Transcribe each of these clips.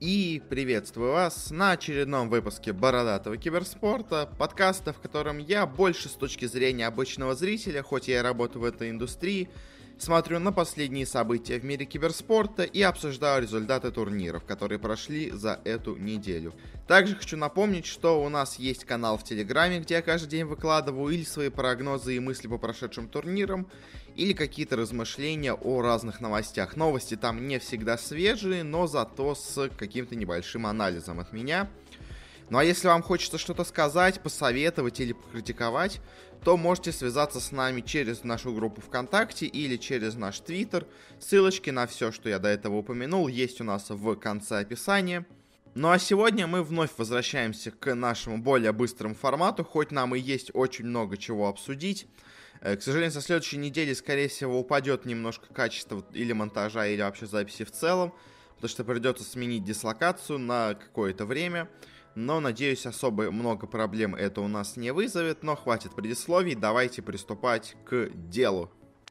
И приветствую вас на очередном выпуске Бородатого Киберспорта, подкаста, в котором я больше с точки зрения обычного зрителя, хоть я и работаю в этой индустрии, смотрю на последние события в мире киберспорта и обсуждаю результаты турниров, которые прошли за эту неделю. Также хочу напомнить, что у нас есть канал в Телеграме, где я каждый день выкладываю или свои прогнозы и мысли по прошедшим турнирам, или какие-то размышления о разных новостях. Новости там не всегда свежие, но зато с каким-то небольшим анализом от меня. Ну а если вам хочется что-то сказать, посоветовать или покритиковать, то можете связаться с нами через нашу группу ВКонтакте или через наш Твиттер. Ссылочки на все, что я до этого упомянул, есть у нас в конце описания. Ну а сегодня мы вновь возвращаемся к нашему более быстрому формату, хоть нам и есть очень много чего обсудить. К сожалению, со следующей недели, скорее всего, упадет немножко качество или монтажа, или вообще записи в целом, потому что придется сменить дислокацию на какое-то время. Но, надеюсь, особо много проблем это у нас не вызовет, но хватит предисловий, давайте приступать к делу.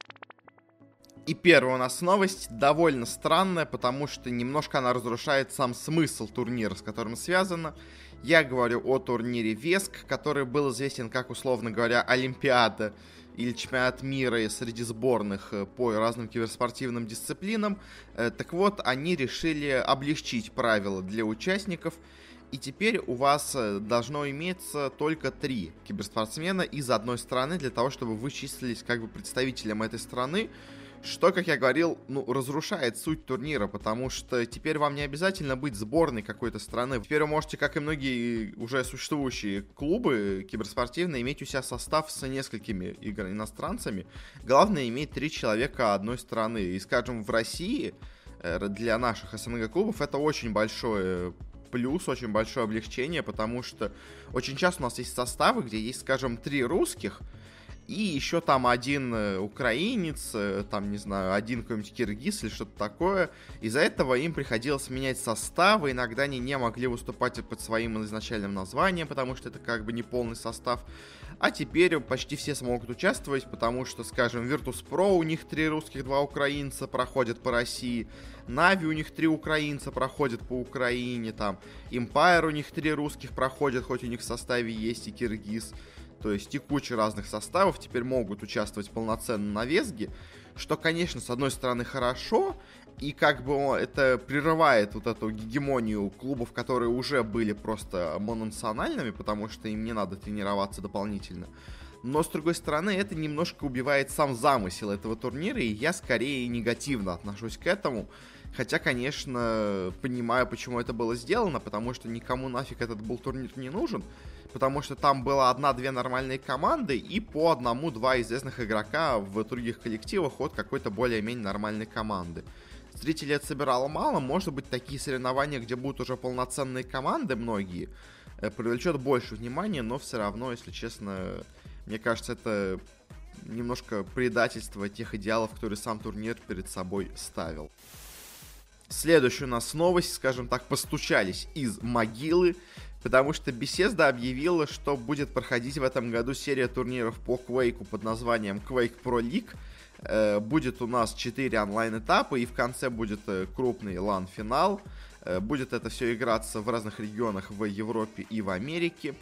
И первая у нас новость довольно странная, потому что немножко она разрушает сам смысл турнира, с которым связано. Я говорю о турнире Веск, который был известен как, условно говоря, Олимпиада или чемпионат мира среди сборных по разным киберспортивным дисциплинам. Так вот, они решили облегчить правила для участников, и теперь у вас должно иметься только 3 киберспортсмена из одной страны для того, чтобы вы числились как бы представителем этой страны, что, как я говорил, разрушает суть турнира, потому что теперь вам не обязательно быть сборной какой-то страны. Теперь вы можете, как и многие уже существующие клубы киберспортивные, иметь у себя состав с несколькими иностранцами. Главное иметь 3 человека одной страны. И, скажем, в России для наших СНГ-клубов это очень большое плюс, очень большое облегчение, потому что очень часто у нас есть составы, где есть, скажем, 3 русских, и еще там 1 украинец, там, не знаю, 1 какой-нибудь киргиз или что-то такое. Из-за этого им приходилось менять составы, иногда они не могли выступать под своим изначальным названием, потому что это как бы не полный состав. А теперь почти все смогут участвовать, потому что, скажем, Virtus.pro у них 3 русских, 2 украинца проходят по России, Нави у них 3 украинца проходят по Украине, там, Empire у них 3 русских проходят, хоть у них в составе есть и киргиз. То есть и куча разных составов теперь могут участвовать полноценно на Весге, что, конечно, с одной стороны хорошо, и как бы это прерывает вот эту гегемонию клубов, которые уже были просто мононациональными, потому что им не надо тренироваться дополнительно. Но, с другой стороны, это немножко убивает сам замысел этого турнира, и я скорее негативно отношусь к этому. Хотя, конечно, понимаю, почему это было сделано, потому что никому нафиг этот был турнир не нужен. Потому что там было 1-2 нормальные команды и по 1-2 известных игрока в других коллективах от какой-то более-менее нормальной команды. Зрителей это собирало мало, может быть, такие соревнования, где будут уже полноценные команды многие, привлечет больше внимания, но все равно, если честно, мне кажется, это немножко предательство тех идеалов, которые сам турнир перед собой ставил. Следующая у нас новость, скажем так, постучались из могилы, потому что Bethesda объявила, что будет проходить в этом году серия турниров по Quake под названием Quake Pro League. Будет у нас 4 онлайн-этапа, и в конце будет крупный LAN-финал. Будет это все играться в разных регионах в Европе и в Америке.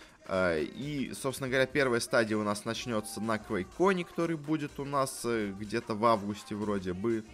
И, собственно говоря, первая стадия у нас начнется на QuakeCon, который будет у нас где-то в августе вроде бы.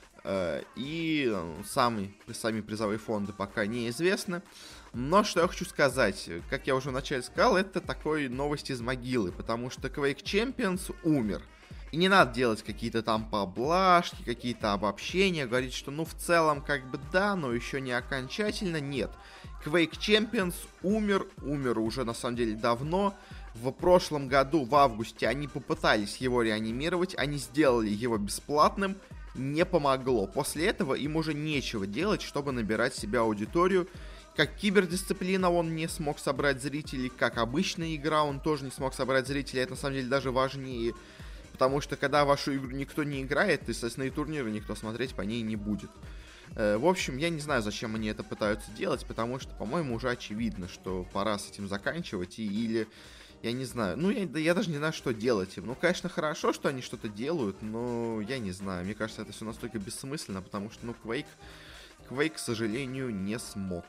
И сами призовые фонды пока неизвестны. Но что я хочу сказать, как я уже вначале сказал, это такой новость из могилы, потому что Quake Champions умер. И не надо делать какие-то там поблажки, какие-то обобщения, говорить, что в целом как бы да, но еще не окончательно, нет. Quake Champions умер уже на самом деле давно. В прошлом году, в августе, они попытались его реанимировать, они сделали его бесплатным, не помогло. После этого им уже нечего делать, чтобы набирать себе аудиторию. Как кибердисциплина он не смог собрать зрителей, как обычная игра он тоже не смог собрать зрителей, это на самом деле даже важнее. Потому что когда вашу игру никто не играет, естественно, и турниры никто смотреть по ней не будет. В общем, я не знаю, зачем они это пытаются делать, потому что, по-моему, уже очевидно, что пора с этим заканчивать, или... Я не знаю. Я даже не знаю, что делать им. Конечно, хорошо, что они что-то делают, но я не знаю. Мне кажется, это все настолько бессмысленно, потому что, Quake, к сожалению, не смог.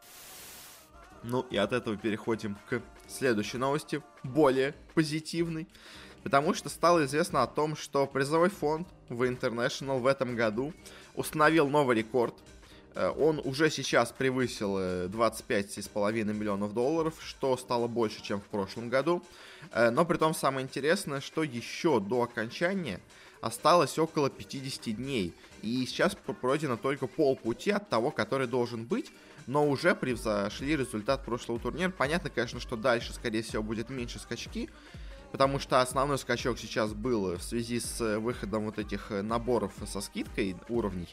Ну и от этого переходим к следующей новости, более позитивной. Потому что стало известно о том, что призовой фонд в International в этом году установил новый рекорд. Он уже сейчас превысил $25,5 миллионов, что стало больше, чем в прошлом году. Но при том самое интересное, что еще до окончания осталось около 50 дней. И сейчас пройдено только полпути от того, который должен быть. Но уже превзошли результат прошлого турнира. Понятно, конечно, что дальше, скорее всего, будет меньше скачки. Потому что основной скачок сейчас был в связи с выходом вот этих наборов со скидкой уровней.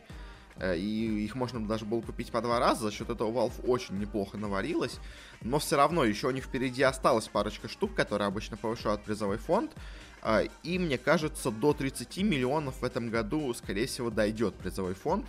И их можно даже было купить по 2 раза. За счет этого Valve очень неплохо наварилась. Но все равно еще у них впереди осталась парочка штук, которые обычно повышают призовой фонд. И мне кажется, до 30 миллионов в этом году, скорее всего, дойдет призовой фонд.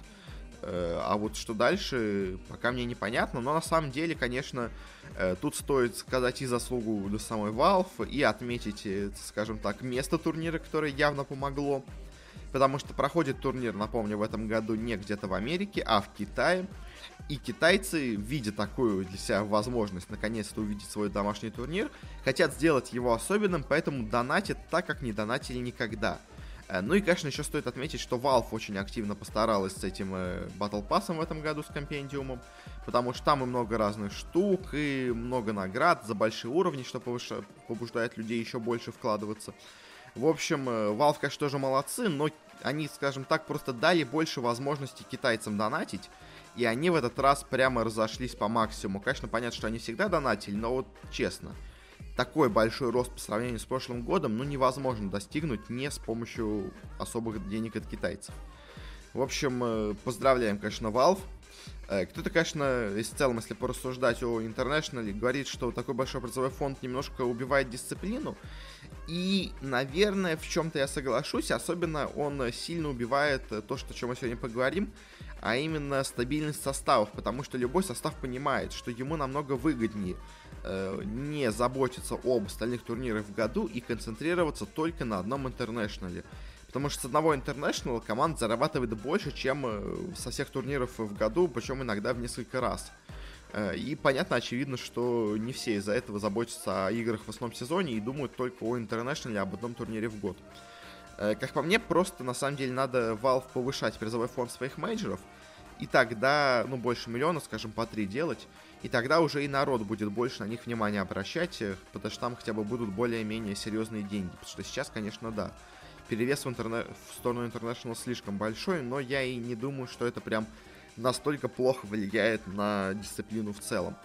А вот что дальше, пока мне непонятно. Но на самом деле, конечно, тут стоит сказать и заслугу до самой Valve, и отметить, скажем так, место турнира, которое явно помогло. Потому что проходит турнир, напомню, в этом году не где-то в Америке, а в Китае. И китайцы, видя такую для себя возможность наконец-то увидеть свой домашний турнир, хотят сделать его особенным, поэтому донатят так, как не донатили никогда. Ну и, конечно, еще стоит отметить, что Valve очень активно постаралась с этим Battle Pass'ом в этом году, с компендиумом, потому что там и много разных штук, и много наград за большие уровни, что побуждает людей еще больше вкладываться. В общем, Valve, конечно, тоже молодцы, но они, скажем так, просто дали больше возможностей китайцам донатить, и они в этот раз прямо разошлись по максимуму. Конечно, понятно, что они всегда донатили, но вот честно, такой большой рост по сравнению с прошлым годом, невозможно достигнуть не с помощью особых денег от китайцев. В общем, поздравляем, конечно, Valve. Кто-то, конечно, в целом, если порассуждать о International, говорит, что такой большой призовой фонд немножко убивает дисциплину. И, наверное, в чем-то я соглашусь. Особенно он сильно убивает то, о чем мы сегодня поговорим, а именно стабильность составов. Потому что любой состав понимает, что ему намного выгоднее не заботиться об остальных турнирах в году и концентрироваться только на одном International. Потому что с одного International команда зарабатывает больше, чем со всех турниров в году, причем иногда в несколько раз. И понятно, очевидно, что не все из-за этого заботятся о играх в основном сезоне и думают только о International, об одном турнире в год. Как по мне, просто на самом деле надо Valve повышать призовой фонд своих мейджоров, и тогда, больше миллиона, скажем, по 3 делать, и тогда уже и народ будет больше на них внимания обращать, потому что там хотя бы будут более-менее серьезные деньги. Потому что сейчас, конечно, да, перевес в сторону International слишком большой, но я и не думаю, что это прям настолько плохо влияет на дисциплину в целом.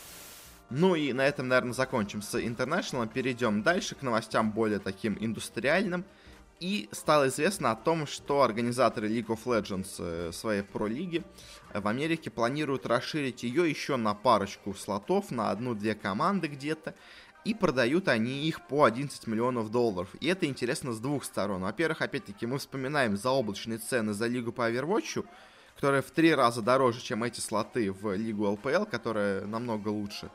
Ну и на этом, наверное, закончим с International. Перейдем дальше к новостям более таким индустриальным. И стало известно о том, что организаторы League of Legends своей про-лиги в Америке планируют расширить ее еще на парочку слотов, на 1-2 команды где-то. И продают они их по $11 миллионов. И это интересно с двух сторон. Во-первых, опять-таки, мы вспоминаем заоблачные цены за лигу по Overwatch, которая в 3 раза дороже, чем эти слоты в лигу LPL, которая намного лучше.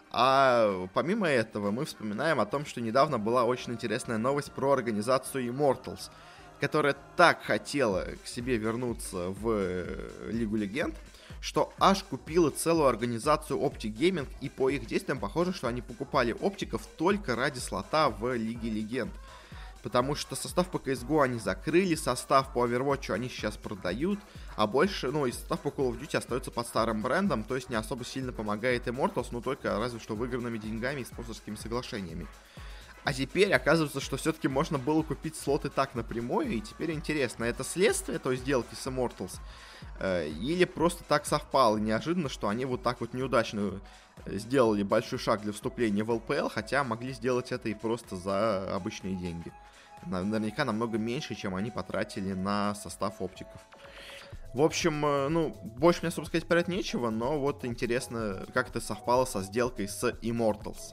А помимо этого, мы вспоминаем о том, что недавно была очень интересная новость про организацию Immortals, которая так хотела к себе вернуться в Лигу Легенд, что аж купила целую организацию Optic Gaming, и по их действиям похоже, что они покупали оптиков только ради слота в Лиге Легенд. Потому что состав по CSGO они закрыли, состав по Overwatch они сейчас продают, а больше, и состав по Call of Duty остается под старым брендом, то есть не особо сильно помогает Immortals, только разве что выигранными деньгами и спонсорскими соглашениями. А теперь оказывается, что все-таки можно было купить слоты так напрямую, и теперь интересно, это следствие той сделки с Immortals, или просто так совпало неожиданно, что они вот так вот неудачно сделали большой шаг для вступления в ЛПЛ, хотя могли сделать это и просто за обычные деньги. Наверняка намного меньше, чем они потратили на состав оптиков. В общем, больше мне, особо сказать про это нечего, но вот интересно, как это совпало со сделкой с Immortals.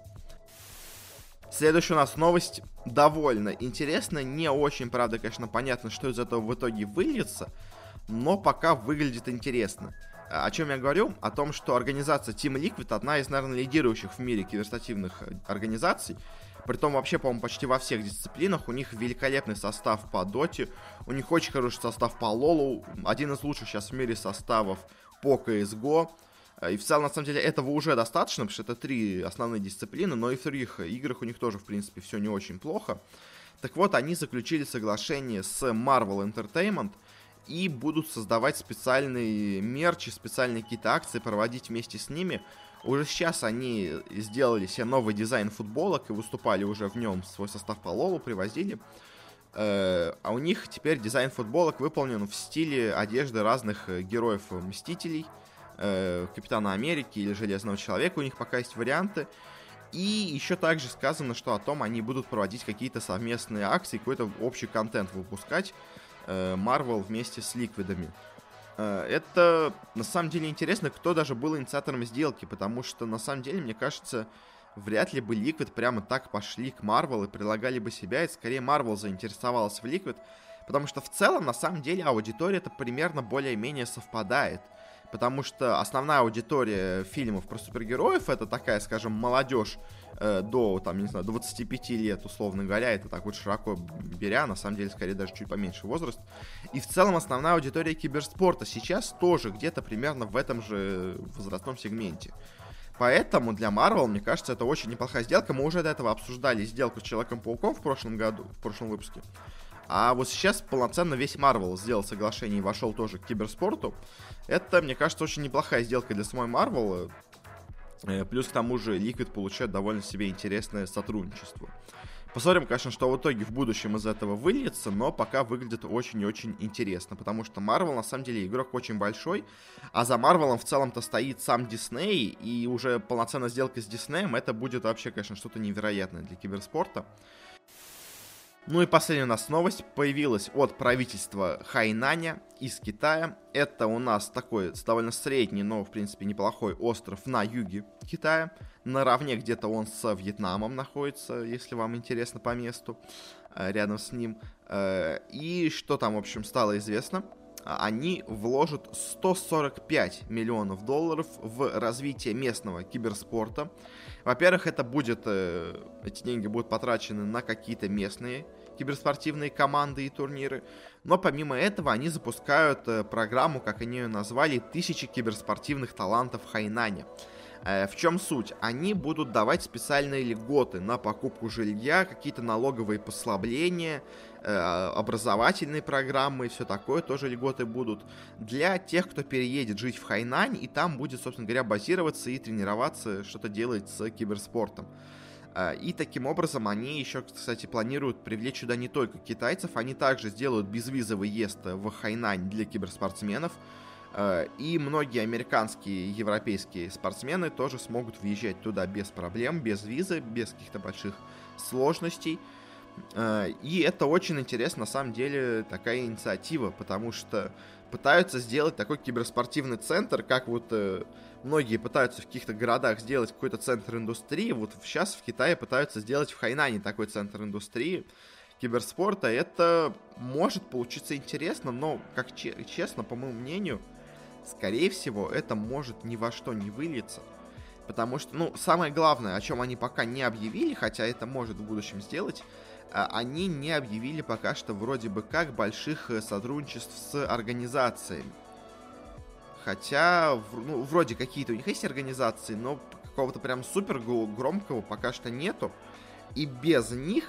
Следующая у нас новость довольно интересная, не очень, правда, конечно, понятно, что из этого в итоге выльется, но пока выглядит интересно. О чем я говорю? О том, что организация Team Liquid одна из, наверное, лидирующих в мире киберспортивных организаций. Притом вообще, по-моему, почти во всех дисциплинах. У них великолепный состав по Доте, у них очень хороший состав по Лолу, один из лучших сейчас в мире составов по CSGO. И в целом, на самом деле, этого уже достаточно, потому что это 3 основные дисциплины, но и в других играх у них тоже, в принципе, все не очень плохо. Так вот, они заключили соглашение с Marvel Entertainment и будут создавать специальные мерчи, специальные какие-то акции, проводить вместе с ними. Уже сейчас они сделали себе новый дизайн футболок и выступали уже в нем, свой состав по лолу привозили. А у них теперь дизайн футболок выполнен в стиле одежды разных героев-мстителей, Капитана Америки или Железного Человека, у них пока есть варианты. И еще также сказано, что о том они будут проводить какие-то совместные акции, какой-то общий контент выпускать, Marvel вместе с Ликвидами. Это на самом деле интересно, кто даже был инициатором сделки, потому что на самом деле, мне кажется, вряд ли бы Liquid прямо так пошли к Marvel и предлагали бы себя, и скорее Marvel заинтересовалась в Liquid, потому что в целом, на самом деле, аудитория-то примерно более-менее совпадает. Потому что основная аудитория фильмов про супергероев — это такая, скажем, молодежь до, там, не знаю, 25 лет, условно говоря, это так вот широко беря, на самом деле, скорее даже чуть поменьше возраст. И в целом основная аудитория киберспорта сейчас тоже где-то примерно в этом же возрастном сегменте. Поэтому для Marvel, мне кажется, это очень неплохая сделка. Мы уже до этого обсуждали сделку с Человеком-пауком в прошлом году, в прошлом выпуске. А вот сейчас полноценно весь Marvel сделал соглашение и вошел тоже к киберспорту. Это, мне кажется, очень неплохая сделка для самой Marvel. Плюс к тому же Liquid получает довольно себе интересное сотрудничество. Посмотрим, конечно, что в итоге в будущем из этого выльется, но пока выглядит очень и очень интересно, потому что Marvel, на самом деле, игрок очень большой, а за Marvel в целом-то стоит сам Disney, и уже полноценная сделка с Disney, это будет вообще, конечно, что-то невероятное для киберспорта. Ну и последняя у нас новость появилась от правительства Хайнаня из Китая. Это у нас такой довольно средний, но в принципе неплохой остров на юге Китая. Наравне где-то он с Вьетнамом находится, если вам интересно по месту, рядом с ним. И что там, в общем, стало известно? Они вложат $145 миллионов в развитие местного киберспорта. Во-первых, это будет, эти деньги будут потрачены на какие-то местные киберспортивные команды и турниры. Но помимо этого они запускают программу, как они ее назвали, «1000 киберспортивных талантов Хайнаня». В чем суть? Они будут давать специальные льготы на покупку жилья, какие-то налоговые послабления, образовательные программы и все такое, тоже льготы будут для тех, кто переедет жить в Хайнань и там будет, собственно говоря, базироваться и тренироваться, что-то делать с киберспортом. И таким образом они еще, кстати, планируют привлечь сюда не только китайцев, они также сделают безвизовый въезд в Хайнань для киберспортсменов. И многие американские и европейские спортсмены тоже смогут въезжать туда без проблем, без визы, без каких-то больших сложностей. И это очень интересно, на самом деле, такая инициатива, потому что пытаются сделать такой киберспортивный центр, как вот многие пытаются в каких-то городах сделать какой-то центр индустрии. Вот сейчас в Китае пытаются сделать в Хайнане такой центр индустрии киберспорта. Это может получиться интересно, но, как честно, по моему мнению, скорее всего, это может ни во что не вылиться. Потому что, самое главное, о чем они пока не объявили, хотя это может в будущем сделать, они не объявили пока что вроде бы как больших сотрудничеств с организациями. Хотя, вроде какие-то у них есть организации, но какого-то прям супер громкого пока что нету. И без них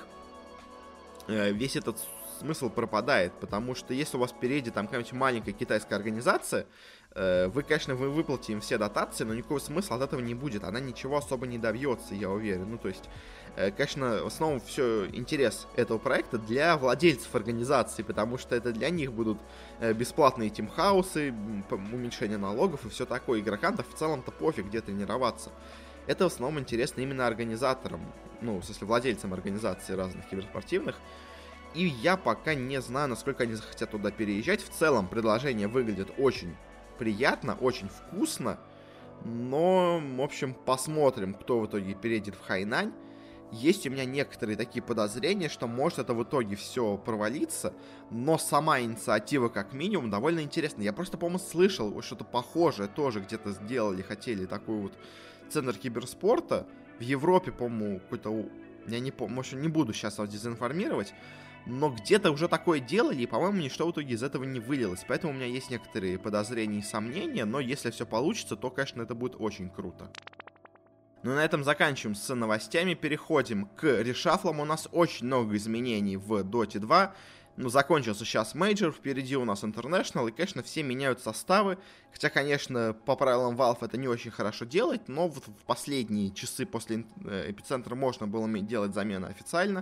весь этот смысл пропадает, потому что если у вас впереди там какая-нибудь маленькая китайская организация, вы, конечно, вы выплатите им все дотации, но никакого смысла от этого не будет, она ничего особо не добьется, я уверен. То есть, конечно, в основном все интерес этого проекта для владельцев организации, потому что это для них будут бесплатные тимхаусы, уменьшение налогов и все такое. Игрокам-то в целом-то пофиг, где тренироваться. Это в основном интересно именно организаторам, в смысле владельцам организаций разных киберспортивных. И я пока не знаю, насколько они захотят туда переезжать. В целом предложение выглядит очень приятно, очень вкусно. Но, в общем, посмотрим, кто в итоге переедет в Хайнань. Есть у меня некоторые такие подозрения, что может это в итоге все провалиться. Но сама инициатива, как минимум, довольно интересна. Я просто, по-моему, слышал, что-то похожее тоже где-то сделали, хотели такой вот центр киберспорта. В Европе, по-моему, какой-то... Я не помню, может, не буду сейчас вас дезинформировать. но где-то уже такое делали, и, по-моему, ничто в итоге из этого не вылилось. Поэтому у меня есть некоторые подозрения и сомнения, но если все получится, то, конечно, это будет очень круто. Ну и на этом заканчиваем с новостями, переходим к решафлам. У нас очень много изменений в Dota 2. Ну, закончился сейчас мейджор, впереди у нас International, и, конечно, все меняют составы. Хотя, конечно, по правилам Valve это не очень хорошо делать, но вот в последние часы после Эпицентра можно было делать замены официально,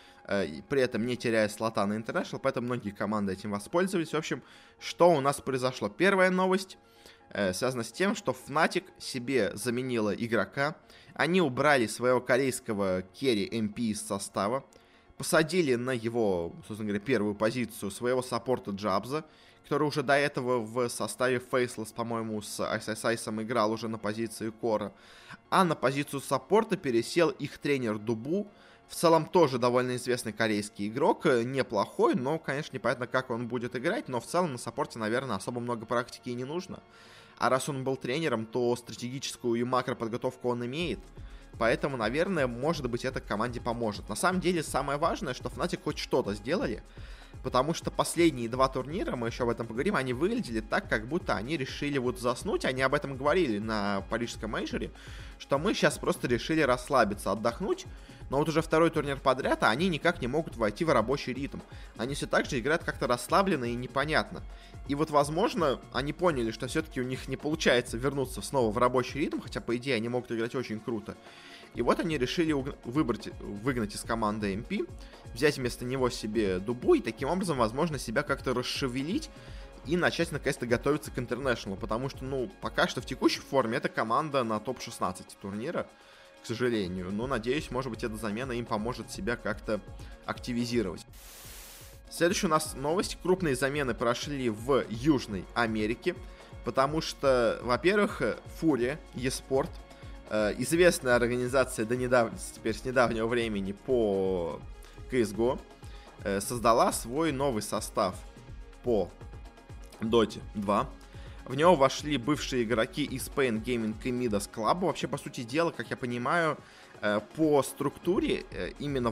при этом не теряя слота на International, поэтому многие команды этим воспользовались. В общем, что у нас произошло? Первая новость связана с тем, что Fnatic себе заменила игрока. Они убрали своего корейского керри MP из состава, посадили на его, собственно говоря, первую позицию своего саппорта Джабза, который уже до этого в составе Faceless, по-моему, с Ice играл уже на позиции Кора. А на позицию саппорта пересел их тренер Дубу. В целом тоже довольно известный корейский игрок, неплохой, но, конечно, непонятно, как он будет играть, но в целом на саппорте, наверное, особо много практики и не нужно. А раз он был тренером, то стратегическую и макроподготовку он имеет. Поэтому, наверное, может быть, это команде поможет. На самом деле, самое важное, что Fnatic хоть что-то сделали, потому что последние 2 турнира, мы еще об этом поговорим, они выглядели так, как будто они решили вот заснуть. Они об этом говорили на парижском мейджоре, что мы сейчас просто решили расслабиться, отдохнуть. Но вот уже 2-й турнир подряд, а они никак не могут войти в рабочий ритм. Они все так же играют как-то расслабленно и непонятно. И вот, возможно, они поняли, что все-таки у них не получается вернуться снова в рабочий ритм, хотя, по идее, они могут играть очень круто. И вот они решили выгнать из команды MP, взять вместо него себе Дубу и таким образом, возможно, себя как-то расшевелить и начать наконец-то готовиться к International, потому что, ну, пока что в текущей форме эта команда на топ-16 турнира, к сожалению. Но, надеюсь, может быть, эта замена им поможет себя как-то активизировать. Следующая у нас новость. Крупные замены прошли в Южной Америке, потому что, во-первых, Фурия eSport, известная организация теперь с недавнего времени по CSGO, создала свой новый состав по Dota 2. В него вошли бывшие игроки из Pain Gaming и Midas Club. Вообще, по сути дела, как я понимаю, по структуре именно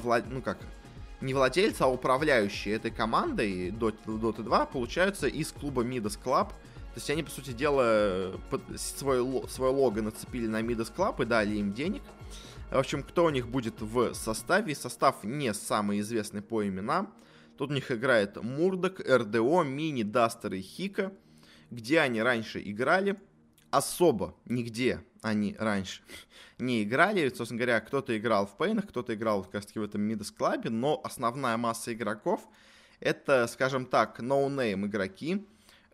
не владельцы, а управляющие этой командой Dota 2 получаются из клуба Midas Club. То есть они, по сути дела, свое лого нацепили на Midas Club и дали им денег. В общем, кто у них будет в составе? Состав не самый известный по именам. Тут у них играет Мурдок, РДО, Мини, Дастер и Хика. Где они раньше играли? Особо нигде они раньше не играли. Собственно говоря, кто-то играл в Пейнах, кто-то играл как раз таки в этом Midas Club, но основная масса игроков это, скажем так, ноунейм игроки,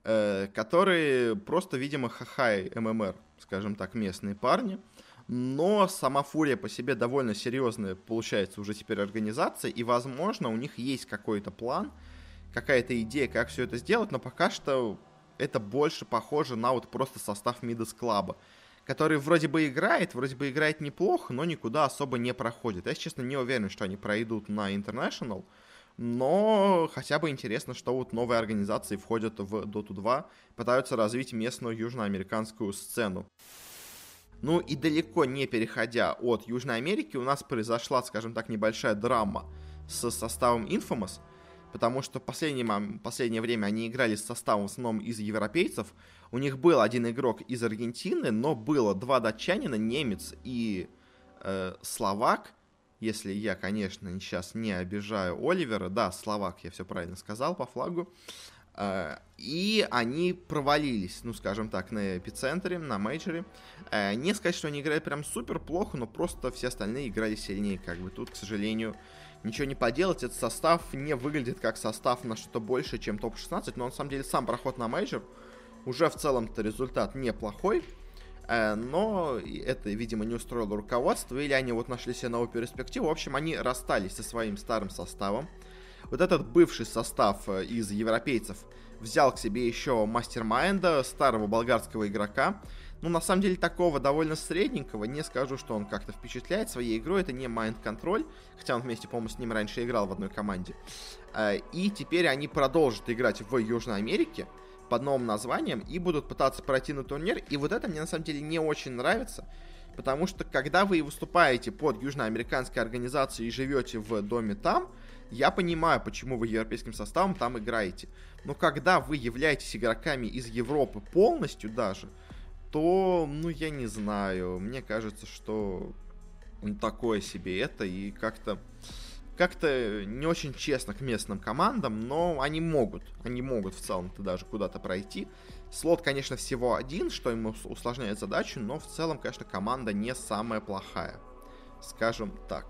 которые просто, видимо, хахай ММР, скажем так, местные парни. Но сама Фурия по себе довольно серьезная, получается, уже теперь организация, и, возможно, у них есть какой-то план, какая-то идея, как все это сделать, но пока что это больше похоже на вот просто состав Midas Club, который вроде бы играет неплохо, но никуда особо не проходит. Я, честно, не уверен, что они пройдут на International, но хотя бы интересно, что вот новые организации входят в Dota 2, пытаются развить местную южноамериканскую сцену. Ну и далеко не переходя от Южной Америки, у нас произошла, скажем так, небольшая драма с составом Infamous, потому что в последнее время они играли с составом в основном из европейцев. У них был один игрок из Аргентины, но было 2 датчанина, немец и словак. Если я, конечно, сейчас не обижаю Оливера. Да, словак, я все правильно сказал по флагу. И они провалились, ну, скажем так, на эпицентре, на мейджоре. Не сказать, что они играли прям супер плохо, но просто все остальные играли сильнее. Как бы тут, к сожалению, ничего не поделать. Этот состав не выглядит как состав на что-то больше, чем топ-16. Но на самом деле сам проход на мейджор уже в целом-то результат неплохой. Но это, видимо, не устроило руководство. Или они вот нашли себе новую перспективу. В общем, они расстались со своим старым составом. Вот этот бывший состав из европейцев взял к себе еще мастермайнда, старого болгарского игрока. Ну, на самом деле, такого довольно средненького. Не скажу, что он как-то впечатляет своей игрой. Это не Mind Control, хотя он вместе, по-моему, с ним раньше играл в одной команде. И теперь они продолжат играть в Южной Америке под новым названием и будут пытаться пройти на турнир. И вот это мне, на самом деле, не очень нравится. Потому что, когда вы выступаете под южноамериканской организацией и живете в доме там, Я понимаю, почему вы европейским составом там играете. Но когда вы являетесь игроками из Европы полностью даже, то, я не знаю. Мне кажется, что такое себе это, и как-то не очень честно к местным командам, но они могут в целом-то даже куда-то пройти. Слот, конечно, всего один, что ему усложняет задачу, но в целом, конечно, команда не самая плохая, скажем так.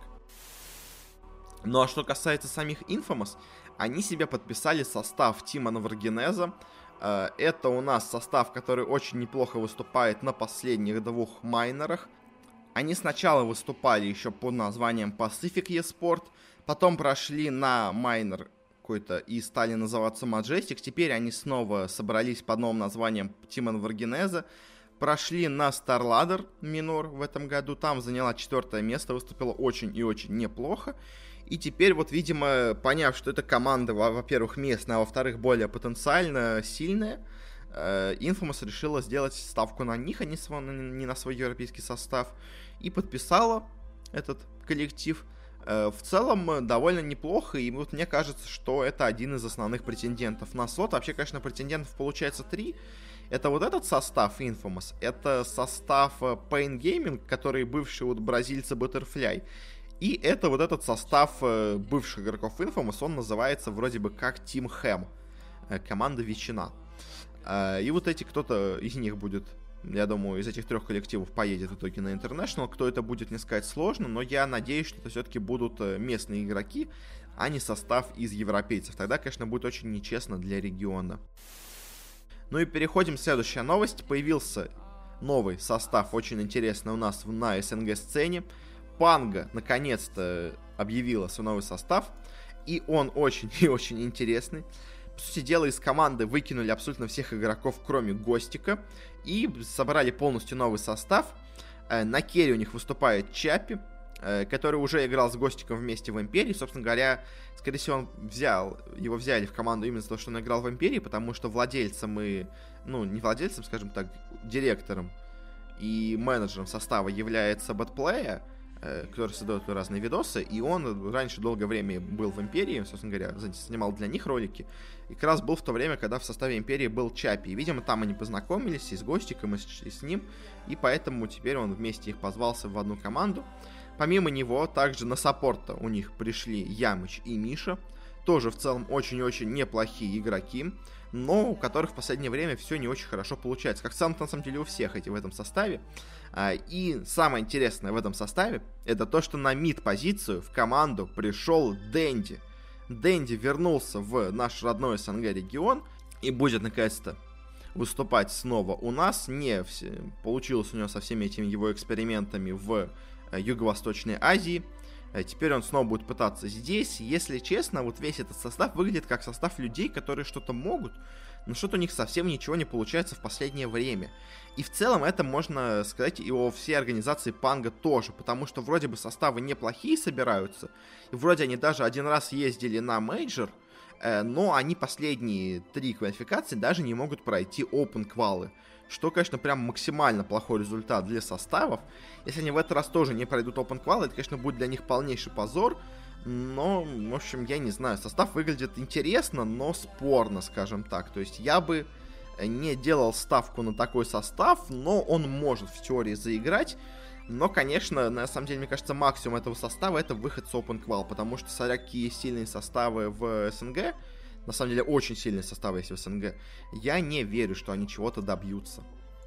Ну а что касается самих Infamous, они себе подписали состав Тима Новоргенеза. Это у нас состав, который очень неплохо выступает на последних двух майнерах. Они сначала выступали еще под названием Pacific eSport, потом прошли на майнер какой-то и стали называться Majestic. Теперь они снова собрались под новым названием Тима Новоргенеза. Прошли на StarLadder Minor в этом году, там заняла 4 место, выступила очень и очень неплохо. И теперь вот, видимо, поняв, что эта команда, во-первых, местная, а во-вторых, более потенциально сильная, Infamous решила сделать ставку на них, а не на свой европейский состав, и подписала этот коллектив. В целом, довольно неплохо, и вот мне кажется, что это один из основных претендентов на слот. Вообще, конечно, претендентов получается 3. Это вот этот состав Infamous, это состав Pain Gaming, который бывший вот бразильца Butterfly, и это вот этот состав бывших игроков Infamous, он называется вроде бы как Team Ham, команда Ветчина. И вот эти, кто-то из них будет, я думаю, из этих 3 коллективов поедет в итоге на International. Кто это будет, не сказать сложно, но я надеюсь, что это все-таки будут местные игроки, а не состав из европейцев. Тогда, конечно, будет очень нечестно для региона. Ну и переходим в следующую новость. Появился новый состав, очень интересный у нас на СНГ-сцене. Панга наконец-то объявила свой новый состав, и он очень и очень интересный. По сути дела, из команды выкинули абсолютно всех игроков, кроме Гостика, и собрали полностью новый состав. На керри у них выступает Чаппи, который уже играл с Гостиком вместе в Империи. Собственно говоря, скорее всего, его взяли в команду именно за то, что он играл в Империи, потому что владельцем не владельцем, скажем так, директором и менеджером состава является Botplay, который создает разные видосы, и он раньше долгое время был в Империи, собственно говоря, снимал для них ролики, и как раз был в то время, когда в составе Империи был Чаппи, и, видимо, там они познакомились и с Гостиком, и с ним, и поэтому теперь он вместе их позвался в одну команду. Помимо него, также на саппорта у них пришли Ямыч и Миша, тоже в целом очень-очень неплохие игроки, но у которых в последнее время все не очень хорошо получается. Как в целом, на самом деле, у всех в этом составе. И самое интересное в этом составе, это то, что на мид-позицию в команду пришел Дэнди. Дэнди вернулся в наш родной СНГ регион и будет, наконец-то, выступать снова у нас. Не получилось у него со всеми этими его экспериментами в Юго-Восточной Азии. Теперь он снова будет пытаться здесь. Если честно, вот весь этот состав выглядит как состав людей, которые что-то могут, но что-то у них совсем ничего не получается в последнее время. И в целом это можно сказать и о всей организации Панга тоже, потому что вроде бы составы неплохие собираются, и вроде они даже один раз ездили на мейджор, но они последние 3 квалификации даже не могут пройти open квалы. Что, конечно, прям максимально плохой результат для составов. Если они в этот раз тоже не пройдут Open Qual, это, конечно, будет для них полнейший позор. Но, в общем, я не знаю. Состав выглядит интересно, но спорно, скажем так. То есть я бы не делал ставку на такой состав, но он может в теории заиграть. Но, конечно, на самом деле, мне кажется, максимум этого состава — это выход с Open Qual, потому что, смотря какие сильные составы в СНГ, на самом деле очень сильные составы есть в СНГ, я не верю, что они чего-то добьются.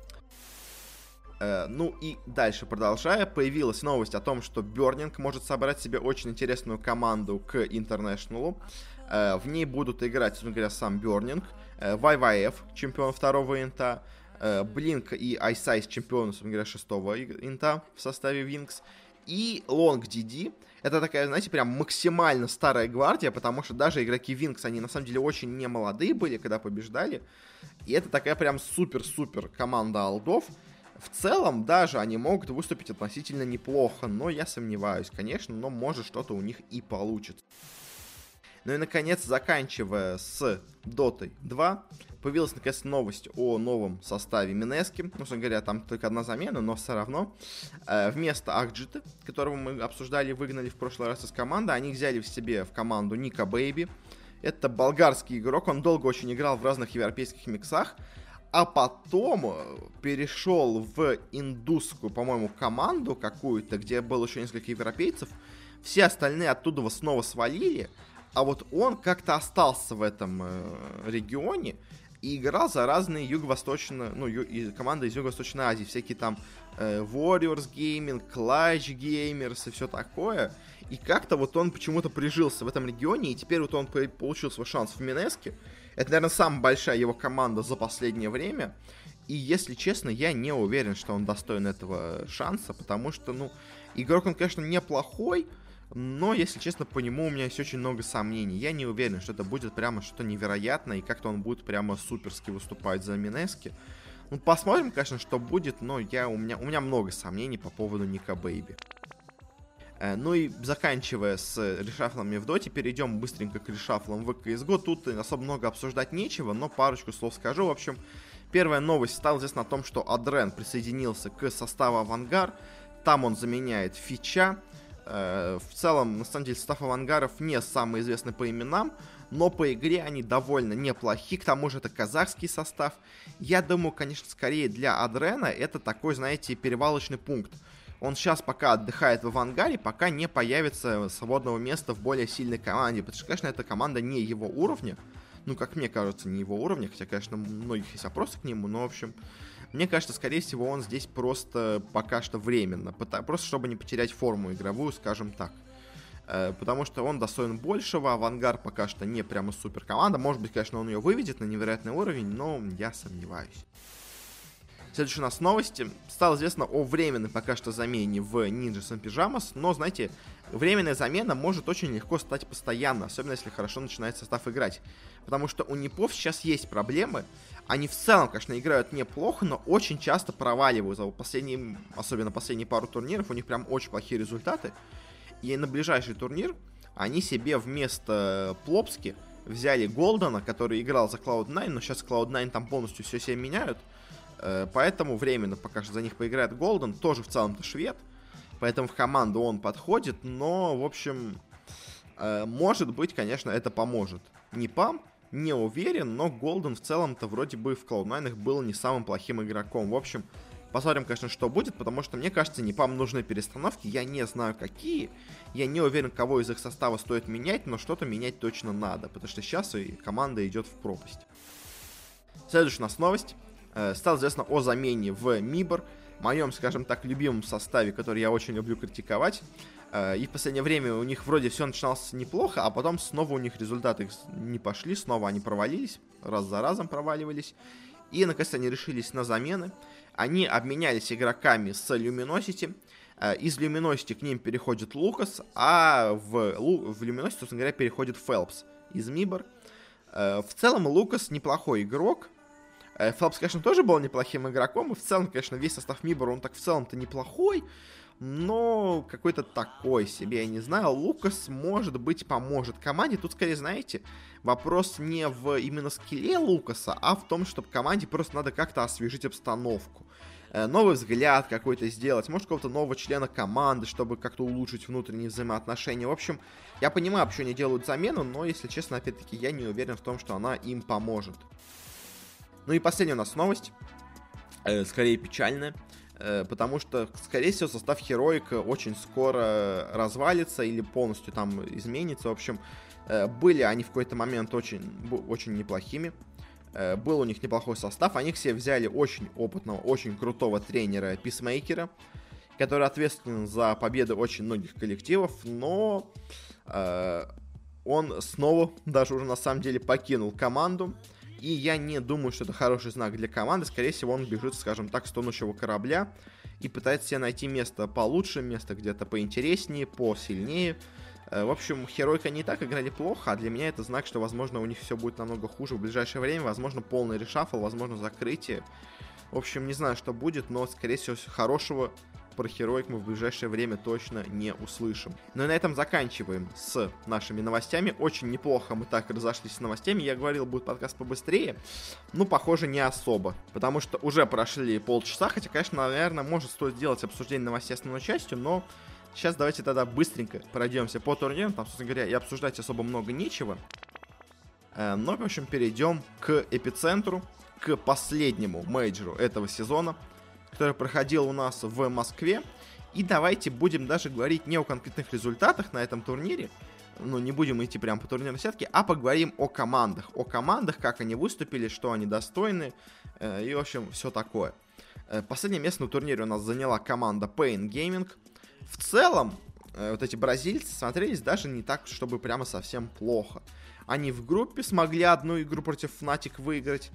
Ну и дальше, продолжая, появилась новость о том, что Burning может собрать себе очень интересную команду к International. В ней будут играть, собственно говоря, сам Burning, YYF, чемпион 2-го инта, Blink и Ice чемпион, собственно говоря, 6-го инта в составе Wings, и Long DD. Это такая, знаете, прям максимально старая гвардия, потому что даже игроки Wings, они на самом деле очень не молодые были, когда побеждали. И это такая прям супер-супер команда алдов. В целом, даже они могут выступить относительно неплохо, но я сомневаюсь, конечно, но может что-то у них и получится. Ну и, наконец, заканчивая с Dota 2, появилась, наконец, новость о новом составе Минески. Ну, собственно говоря, там только одна замена, но все равно. Вместо Акджита, которого мы обсуждали, выгнали в прошлый раз из команды, они взяли в себе в команду Ника Бэйби. Это болгарский игрок, он долго очень играл в разных европейских миксах, а потом перешел в индусскую, по-моему, команду какую-то, где было еще несколько европейцев. Все остальные оттуда снова свалили, а вот он как-то остался в этом регионе и играл за разные юго-восточные, команды из Юго-Восточной Азии, всякие там Warriors Gaming, Clash Gamers и все такое. И как-то вот он почему-то прижился в этом регионе, и теперь вот он получил свой шанс в Минеске. Это, наверное, самая большая его команда за последнее время. И, если честно, я не уверен, что он достоин этого шанса, потому что, игрок он, конечно, неплохой, но, если честно, по нему у меня есть очень много сомнений. Я не уверен, что это будет прямо что-то невероятное, и как-то он будет прямо суперски выступать за Минески. Посмотрим, конечно, что будет, но у меня много сомнений по поводу Ника Бэйби. Ну и заканчивая с решафлами в Доте, перейдем быстренько к решафлам в CSGO. Тут особо много обсуждать нечего, но парочку слов скажу. В общем, первая новость стала известна о том, что Адрен присоединился к составу Авангар. Там он заменяет Фича. В целом, на самом деле, состав Авангаров не самый известный по именам, но по игре они довольно неплохи. К тому же это казахский состав. Я думаю, конечно, скорее для Адрена это такой, знаете, перевалочный пункт. Он сейчас пока отдыхает в Авангаре, пока не появится свободного места в более сильной команде. Потому что, конечно, эта команда не его уровня. Как мне кажется, не его уровня. Хотя, конечно, у многих есть вопросы к нему. Но, в общем, мне кажется, скорее всего, он здесь просто пока что временно. Просто чтобы не потерять форму игровую, скажем так. Потому что он достоин большего. Авангар пока что не прямо супер команда. Может быть, конечно, он ее выведет на невероятный уровень, но я сомневаюсь. Следующая у нас новости. Стало известно о временной пока что замене в Ninjas and Pyjamas, но, знаете, временная замена может очень легко стать постоянно, особенно если хорошо начинает состав играть. Потому что у Непов сейчас есть проблемы. Они в целом, конечно, играют неплохо, но очень часто проваливаются. Особенно последние пару турниров, у них прям очень плохие результаты. И на ближайший турнир они себе вместо Плопски взяли Голдена, который играл за Cloud9, но сейчас Cloud9 там полностью все себе меняют. Поэтому временно пока что за них поиграет Голден, тоже в целом-то швед, поэтому в команду он подходит, но, в общем, может быть, конечно, это поможет. Непам не уверен, но Голден в целом-то вроде бы в Cloud9 был не самым плохим игроком. В общем, посмотрим, конечно, что будет, потому что, мне кажется, Непам нужны перестановки, я не знаю какие, я не уверен, кого из их состава стоит менять, но что-то менять точно надо, потому что сейчас и команда идет в пропасть. Следующая у нас новость. Стало известно о замене в Мибор, моем, скажем так, любимом составе, который я очень люблю критиковать. И в последнее время у них вроде все начиналось неплохо, а потом снова у них результаты не пошли, снова они провалились, раз за разом проваливались. И, наконец-то, они решились на замены. Они обменялись игроками с Luminosity. Из Luminosity к ним переходит Лукас, а в Luminosity, собственно говоря, переходит Фелпс из Мибор. В целом, Лукас неплохой игрок. Фелпс, конечно, тоже был неплохим игроком, и в целом, конечно, весь состав Мибора, он так в целом-то неплохой, но какой-то такой себе, я не знаю. Лукас, может быть, поможет команде. Тут, скорее, знаете, вопрос не в именно скилле Лукаса, а в том, чтобы команде просто надо как-то освежить обстановку. Новый взгляд какой-то сделать, может, какого-то нового члена команды, чтобы как-то улучшить внутренние взаимоотношения. В общем, я понимаю, почему они делают замену, но, если честно, опять-таки, я не уверен в том, что она им поможет. Ну и последняя у нас новость, скорее печальная, потому что, скорее всего, состав Heroic очень скоро развалится или полностью там изменится. В общем, были они в какой-то момент очень неплохими, был у них неплохой состав, они к себе взяли очень опытного, очень крутого тренера Писмейкера, который ответственен за победы очень многих коллективов, но он снова, даже уже на самом деле, покинул команду. И я не думаю, что это хороший знак для команды. Скорее всего, он бежит, скажем так, с тонущего корабля и пытается себе найти место получше, место где-то поинтереснее, посильнее. В общем, Heroic не так играли плохо, а для меня это знак, что, возможно, у них все будет намного хуже в ближайшее время. Возможно, полный решафл, возможно, закрытие. В общем, не знаю, что будет, но, скорее всего, хорошего про Heroic мы в ближайшее время точно не услышим. Ну и на этом заканчиваем с нашими новостями. Очень неплохо мы так разошлись с новостями. Я говорил, будет подкаст побыстрее. Ну, похоже, не особо. Потому что уже прошли полчаса. Хотя, конечно, наверное, может стоит сделать обсуждение новостей основной частью, но сейчас давайте тогда быстренько пройдемся по турнирам. Там, собственно говоря, и обсуждать особо много нечего. Но, в общем, перейдем к эпицентру, к последнему мейджору этого сезона, который проходил у нас в Москве. И давайте будем даже говорить не о конкретных результатах на этом турнире, ну, не будем идти прямо по турнирной сетке, а поговорим о командах. О командах, как они выступили, что они достойны, и, в общем, все такое. Последнее место на турнире у нас заняла команда Pain Gaming. В целом, вот эти бразильцы смотрелись даже не так, чтобы прямо совсем плохо. Они в группе смогли одну игру против Fnatic выиграть,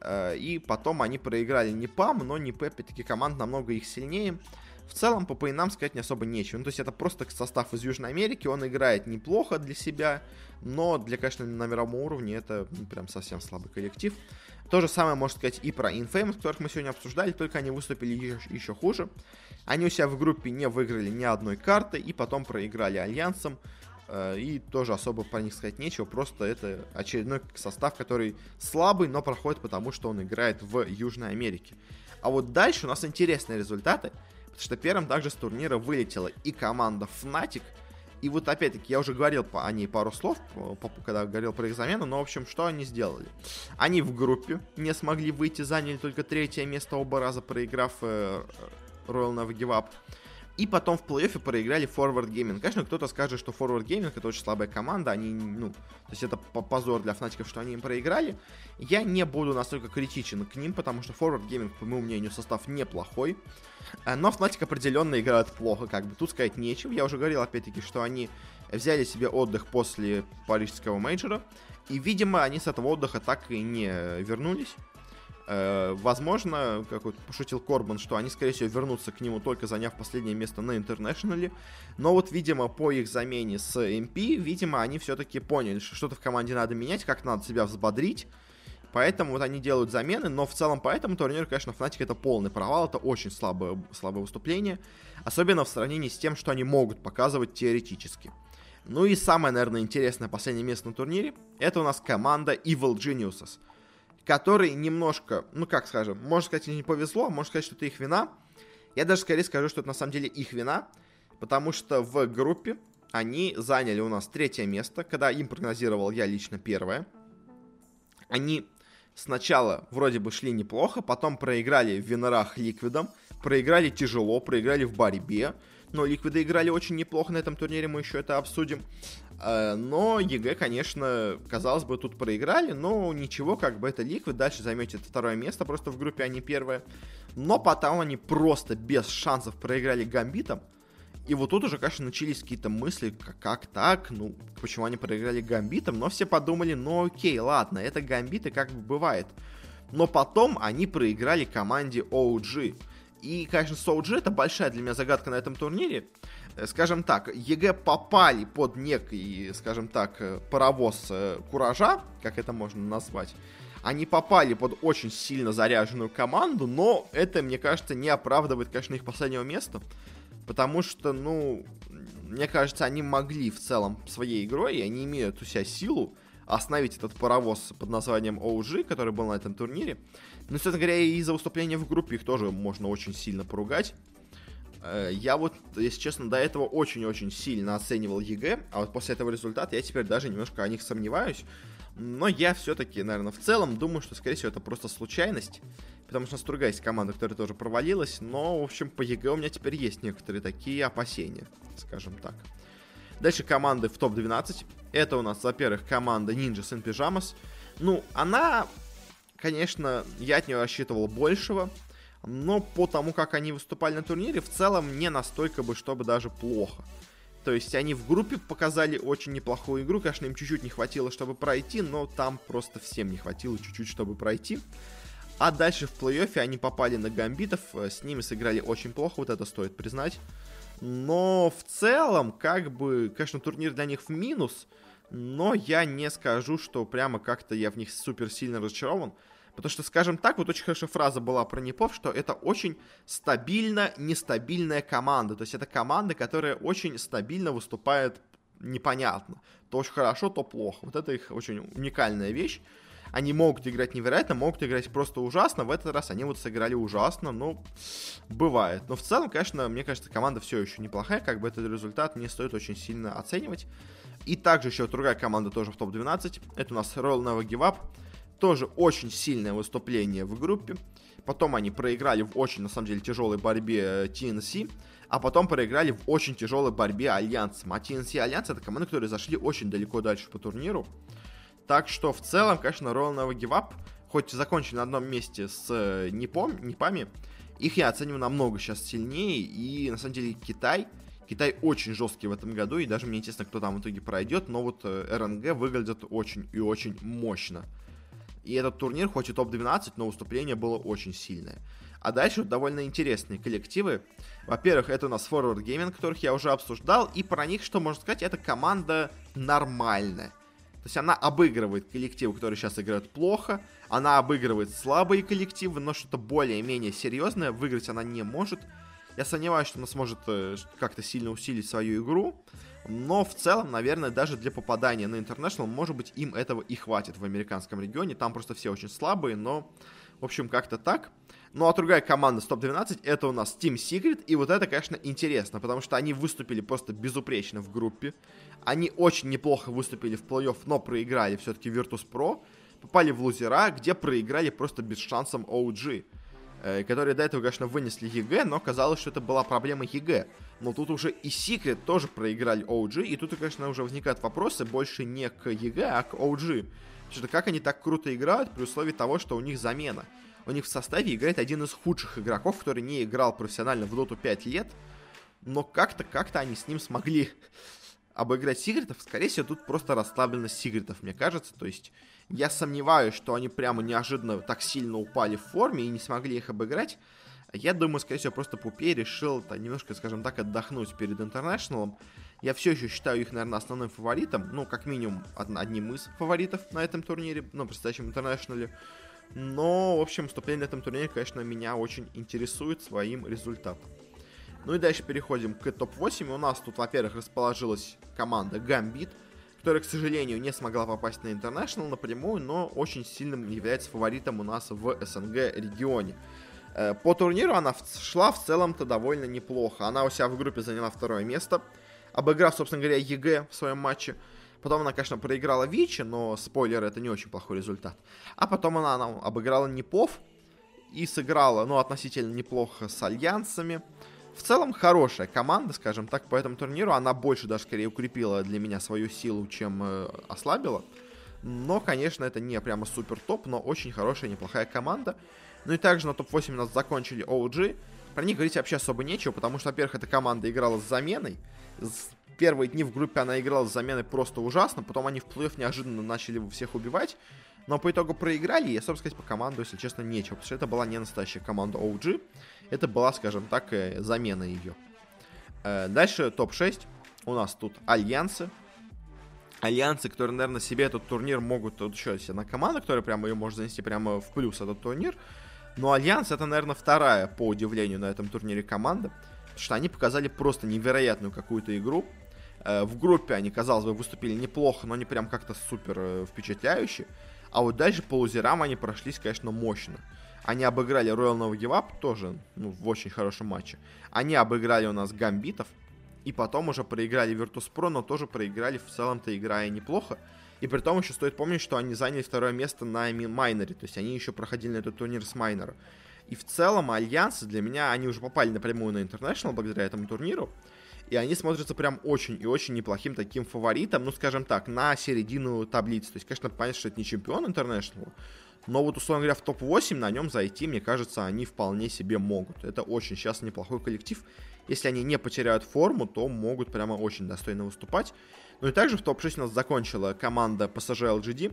и потом они проиграли не PAM, но не P, опять-таки команда намного их сильнее. В целом по пейнам сказать не особо нечего. Ну, то есть это просто состав из Южной Америки, он играет неплохо для себя, но для, конечно, на мировом уровне это прям совсем слабый коллектив. То же самое можно сказать и про Infamous, которых мы сегодня обсуждали, только они выступили еще хуже. Они у себя в группе не выиграли ни одной карты, и потом проиграли Альянсом. И тоже особо про них сказать нечего, просто это очередной состав, который слабый, но проходит потому, что он играет в Южной Америке. А вот дальше у нас интересные результаты, потому что первым также с турнира вылетела и команда Fnatic, и вот опять-таки я уже говорил о ней пару слов, когда говорил про их замену, но в общем, что они сделали? Они в группе не смогли выйти, заняли только 3-е место оба раза, проиграв Royal Never Give Up. И потом в плей-оффе проиграли Forward Gaming. Конечно, кто-то скажет, что Forward Gaming это очень слабая команда. Они, то есть это позор для фнатиков, что они им проиграли. Я не буду настолько критичен к ним, потому что Forward Gaming, по моему мнению, состав неплохой. Но Fnatic определенно играют плохо, как бы тут сказать нечего. Я уже говорил, опять-таки, что они взяли себе отдых после парижского мейджора. И, видимо, они с этого отдыха так и не вернулись. Возможно, как вот пошутил Корбан, что они, скорее всего, вернутся к нему, только заняв последнее место на Интернешнале. Но вот, видимо, по их замене с MP, видимо, они все-таки поняли, что что-то в команде надо менять, как надо себя взбодрить. Поэтому вот они делают замены, но в целом по этому турниру, конечно, Fnatic это полный провал, это очень слабое выступление. Особенно в сравнении с тем, что они могут показывать теоретически. Ну и самое, наверное, интересное последнее место на турнире, это у нас команда Evil Geniuses, который немножко, как скажем, можно сказать, не повезло, можно сказать, что это их вина. Я даже скорее скажу, что это на самом деле их вина, потому что в группе они заняли у нас 3-е место, когда им прогнозировал я лично 1-е. Они сначала вроде бы шли неплохо, потом проиграли в Винорах Ликвидом, проиграли тяжело, проиграли в борьбе, но Ликвиды играли очень неплохо на этом турнире, мы еще это обсудим. Но ЕГЭ, конечно, казалось бы, тут проиграли, но ничего, как бы это Liquid, дальше займете 2-е место просто в группе, а не 1-е. Но потом они просто без шансов проиграли Гамбитом, и вот тут уже, конечно, начались какие-то мысли, как так, почему они проиграли Гамбитом, но все подумали, окей, ладно, это Гамбиты, как бы бывает. Но потом они проиграли команде OG. И, конечно, с OG это большая для меня загадка на этом турнире. Скажем так, ЕГЭ попали под некий, скажем так, паровоз куража, как это можно назвать. Они попали под очень сильно заряженную команду, но это, мне кажется, не оправдывает, конечно, их последнего места. Потому что, мне кажется, они могли в целом своей игрой, и они имеют у себя силу остановить этот паровоз под названием OG, который был на этом турнире. Но, собственно говоря, и из-за выступления в группе их тоже можно очень сильно поругать. Я вот, если честно, до этого очень-очень сильно оценивал ЕГЭ, а вот после этого результата я теперь даже немножко о них сомневаюсь. Но я все-таки, наверное, в целом думаю, что, скорее всего, это просто случайность. Потому что у нас другая есть команда, которая тоже провалилась. Но, в общем, по ЕГЭ у меня теперь есть некоторые такие опасения, скажем так. Дальше команды в топ-12. Это у нас, во-первых, команда Ninjas in Pyjamas. Она, конечно, я от нее рассчитывал большего. Но по тому, как они выступали на турнире, в целом не настолько бы, чтобы даже плохо. То есть они в группе показали очень неплохую игру. Конечно, им чуть-чуть не хватило, чтобы пройти, но там просто всем не хватило чуть-чуть, чтобы пройти. А дальше в плей-оффе они попали на Гамбитов, с ними сыграли очень плохо, вот это стоит признать. Но в целом, конечно, турнир для них в минус, но я не скажу, что прямо как-то я в них супер сильно разочарован. Потому что, скажем так, вот очень хорошая фраза была про Непов, что это очень стабильно нестабильная команда. То есть это команда, которая очень стабильно выступает непонятно. То очень хорошо, то плохо. Вот это их очень уникальная вещь. Они могут играть невероятно, могут играть просто ужасно. В этот раз они вот сыграли ужасно, ну, бывает. Но в целом, конечно, мне кажется, команда все еще неплохая, как бы этот результат не стоит очень сильно оценивать. И также еще другая команда тоже в топ-12. Это у нас Royal Never Give Up. Тоже очень сильное выступление в группе. Потом они проиграли в очень, на самом деле, тяжелой борьбе TNC. А потом проиграли в очень тяжелой борьбе Альянсом. А TNC и Альянс — это команды, которые зашли очень далеко дальше по турниру. Так что в целом, конечно, Royal Never Give Up, хоть закончили на одном месте с Непами, их я оцениваю намного сейчас сильнее. И на самом деле Китай очень жесткий в этом году. И даже мне интересно, кто там в итоге пройдет. Но вот РНГ выглядит очень и очень мощно. И этот турнир, хоть и топ-12, но выступление было очень сильное. А дальше довольно интересные коллективы. Во-первых, это у нас Forward Gaming, которых я уже обсуждал. И про них, что можно сказать, эта команда нормальная. То есть она обыгрывает коллективы, которые сейчас играют плохо. Она обыгрывает слабые коллективы, но что-то более-менее серьезное выиграть она не может. Я сомневаюсь, что она сможет как-то сильно усилить свою игру. Но в целом, наверное, даже для попадания на International, может быть, им этого и хватит в американском регионе. Там просто все очень слабые, но, в общем, как-то так. Ну, а другая команда с топ-12, это у нас Team Secret. И вот это, конечно, интересно, потому что они выступили просто безупречно в группе. Они очень неплохо выступили в плей-офф, но проиграли все-таки Virtus.pro. Попали в лузера, где проиграли просто без шансом OG. Которые до этого, конечно, вынесли ЕГЭ, но казалось, что это была проблема ЕГЭ. Но тут уже и Secret тоже проиграли OG, и тут, конечно, уже возникают вопросы больше не к ЕГЭ, а к OG. Что-то как они так круто играют при условии того, что у них замена. У них в составе играет один из худших игроков, который не играл профессионально в доту 5 лет, но как-то они с ним смогли обыграть Сигритов. Скорее всего, тут просто расслабленность Сигритов, мне кажется. То есть я сомневаюсь, что они прямо неожиданно так сильно упали в форме и не смогли их обыграть. Я думаю, скорее всего, просто Пупей решил немножко, скажем так, отдохнуть перед Интернешналом. Я все еще считаю их, наверное, основным фаворитом. Ну, как минимум, одним из фаворитов на этом турнире, ну, предстоящем Интернешнале. Но, в общем, вступление на этом турнире, конечно, меня очень интересует своим результатом. Ну и дальше переходим к топ-8. У нас тут, во-первых, расположилась команда Gambit, которая, к сожалению, не смогла попасть на International напрямую, но очень сильным является фаворитом у нас в СНГ регионе. По турниру она шла в целом-то довольно неплохо. Она у себя в группе заняла второе место, обыграв, собственно говоря, ЕГЭ в своем матче. Потом она, конечно, проиграла Вичи, но, спойлер, это не очень плохой результат. А потом она обыграла Непов и сыграла, ну, относительно неплохо с Альянсами. В целом, хорошая команда, скажем так, по этому турниру. Она больше даже, скорее, укрепила для меня свою силу, чем ослабила. Но, конечно, это не прямо супер топ, но очень хорошая, неплохая команда. Ну и также на топ-8 у нас закончили OG. Про них говорить вообще особо нечего, потому что, во-первых, эта команда играла с заменой. Первые дни в группе она играла с заменой просто ужасно. Потом они в плей-офф неожиданно начали всех убивать. Но по итогу проиграли, и, собственно сказать, по команду, если честно, нечего. Потому что это была не настоящая команда OG. Это была, скажем так, замена ее. Дальше топ-6. У нас тут Альянсы. Альянсы, которые, наверное, себе этот турнир могут... Вот еще есть одна команда, которая прямо ее может занести прямо в плюс, этот турнир. Но Альянс — это, наверное, вторая, по удивлению, на этом турнире команда. Потому что они показали просто невероятную какую-то игру. В группе они, казалось бы, выступили неплохо, но не прям как-то супер впечатляюще. А вот дальше по лузерам они прошлись, конечно, мощно. Они обыграли Royal Never Give Up, тоже в очень хорошем матче. Они обыграли у нас Гамбитов. И потом уже проиграли Virtus.pro, но тоже проиграли в целом-то, играя неплохо. И при том еще стоит помнить, что они заняли второе место на майнере. То есть они еще проходили на этот турнир с майнера. И в целом Альянсы для меня, они уже попали напрямую на International благодаря этому турниру. И они смотрятся прям очень и очень неплохим таким фаворитом, ну, скажем так, на середину таблицы. То есть, конечно, понятно, что это не чемпион International, но вот, условно говоря, в топ-8 на нем зайти, мне кажется, они вполне себе могут. Это очень сейчас неплохой коллектив. Если они не потеряют форму, то могут прямо очень достойно выступать. Ну и также в топ-6 у нас закончила команда PSG LGD.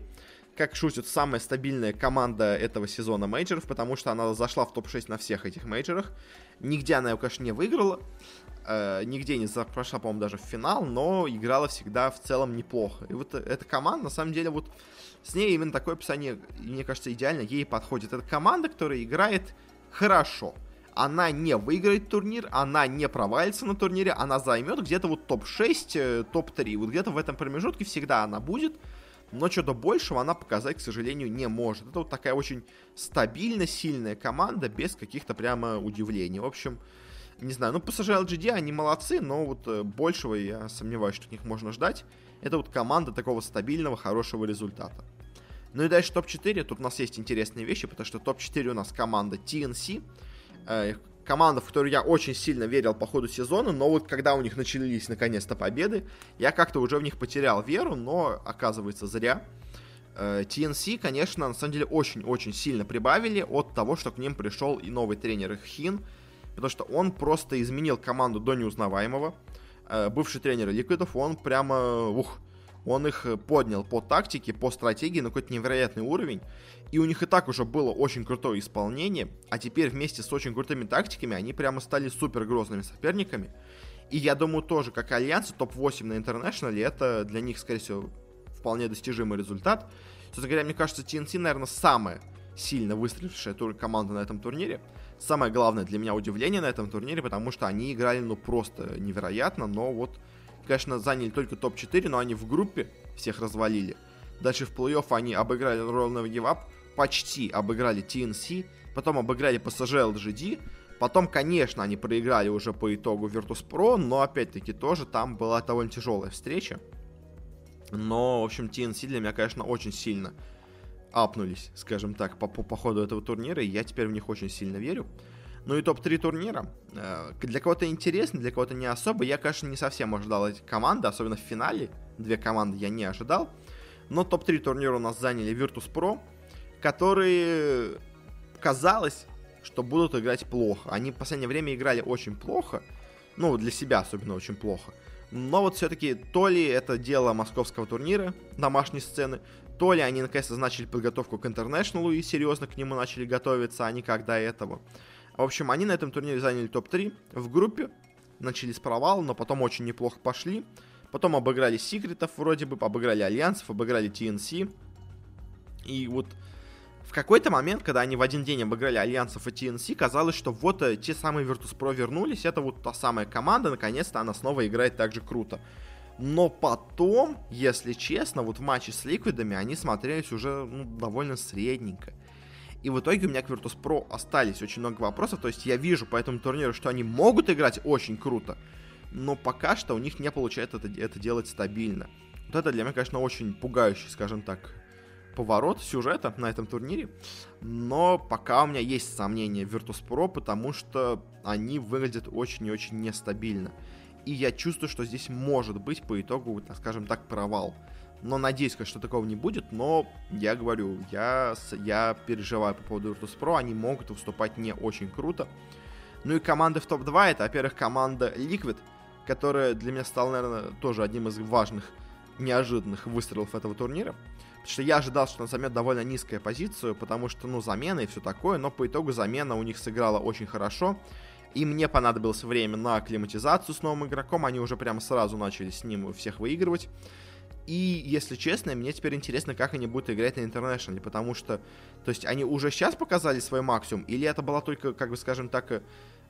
как шутят, самая стабильная команда этого сезона мейджоров, потому что она зашла в топ-6 на всех этих мейджорах. Нигде она его, конечно, не выиграла, нигде не прошла, по-моему, даже в финал, но играла всегда в целом неплохо. И вот эта команда, на самом деле, вот с ней именно такое описание, мне кажется, идеально ей подходит. Это команда, которая играет хорошо. Она не выиграет турнир, она не провалится на турнире, она займет где-то вот топ-6, топ-3. Вот где-то в этом промежутке всегда она будет, но что-то большего она показать, к сожалению, не может. Это вот такая очень стабильно сильная команда, без каких-то прямо удивлений. В общем, не знаю, ну, PSG LGD, они молодцы, но вот большего я сомневаюсь, что от них можно ждать. Это вот команда такого стабильного, хорошего результата. Ну и дальше топ-4. Тут у нас есть интересные вещи, потому что топ-4 у нас команда TNC. Команда, в которую я очень сильно верил по ходу сезона, но вот когда у них начались наконец-то победы, я как-то уже в них потерял веру, но оказывается зря. TNC, конечно, на самом деле очень-очень сильно прибавили от того, что к ним пришел и новый тренер их Хин, потому что он просто изменил команду до неузнаваемого. Бывший тренер Ликвидов, он прямо, он их поднял по тактике, по стратегии на какой-то невероятный уровень. И у них и так уже было очень крутое исполнение, а теперь вместе с очень крутыми тактиками они прямо стали супер грозными соперниками. И я думаю, тоже, как Альянс, топ-8 на Интернешнале, это для них, скорее всего, вполне достижимый результат. Собственно говоря, мне кажется, TNC, наверное, самая сильно выстрелившая команда на этом турнире. Самое главное для меня удивление на этом турнире, потому что они играли, ну, просто невероятно, но вот, конечно, заняли только топ-4, но они в группе всех развалили. Дальше в плей-офф они обыграли Royal Never Give Up, почти обыграли TNC, потом обыграли PSG LGD, потом, конечно, они проиграли уже по итогу Virtus.pro, но, опять-таки, тоже там была довольно тяжелая встреча. Но, в общем, TNC для меня, конечно, очень сильно апнулись, скажем так, по ходу этого турнира, и я теперь в них очень сильно верю. Ну и топ-3 турнира. Для кого-то интересно, для кого-то не особо. Я, конечно, не совсем ожидал эти команды, особенно в финале. Две команды я не ожидал. Но топ-3 турнира у нас заняли Virtus.pro, которые, казалось, что будут играть плохо. Они в последнее время играли очень плохо. Ну, для себя особенно очень плохо. Но вот все-таки то ли это дело московского турнира, домашней сцены, то ли они наконец-то начали подготовку к Интернешналу и серьезно к нему начали готовиться, а не как до этого. В общем, они на этом турнире заняли топ-3 в группе, начали с провала, но потом очень неплохо пошли. Потом обыграли Секретов вроде бы, обыграли Альянсов, обыграли TNC. И вот в какой-то момент, когда они в один день обыграли Альянсов и TNC, казалось, что вот те самые Virtus.pro вернулись, это вот та самая команда, наконец-то она снова играет так же круто. Но потом, если честно, вот в матче с Ликвидами они смотрелись уже довольно средненько. И в итоге у меня к Virtus.pro остались очень много вопросов, то есть я вижу по этому турниру, что они могут играть очень круто, но пока что у них не получается это делать стабильно. Вот это для меня, конечно, очень пугающий, скажем так, поворот сюжета на этом турнире. Но пока у меня есть сомнения в Virtus.pro, потому что они выглядят очень и очень нестабильно. И я чувствую, что здесь может быть по итогу, скажем так, провал. Но надеюсь, что такого не будет. Но я говорю, я переживаю по поводу Virtus.pro. Они могут выступать не очень круто. Ну и команды в топ-2, это, во-первых, команда Liquid, которая для меня стала, наверное, тоже одним из важных, неожиданных выстрелов этого турнира. Потому что я ожидал, что она займет довольно низкую позицию, потому что, замена и все такое, но по итогу замена у них сыграла очень хорошо. И мне понадобилось время на акклиматизацию с новым игроком, они уже прямо сразу начали с ним всех выигрывать. И, если честно, мне теперь интересно, как они будут играть на Интернешнале, потому что, то есть, они уже сейчас показали свой максимум, или это была только, как бы, скажем так,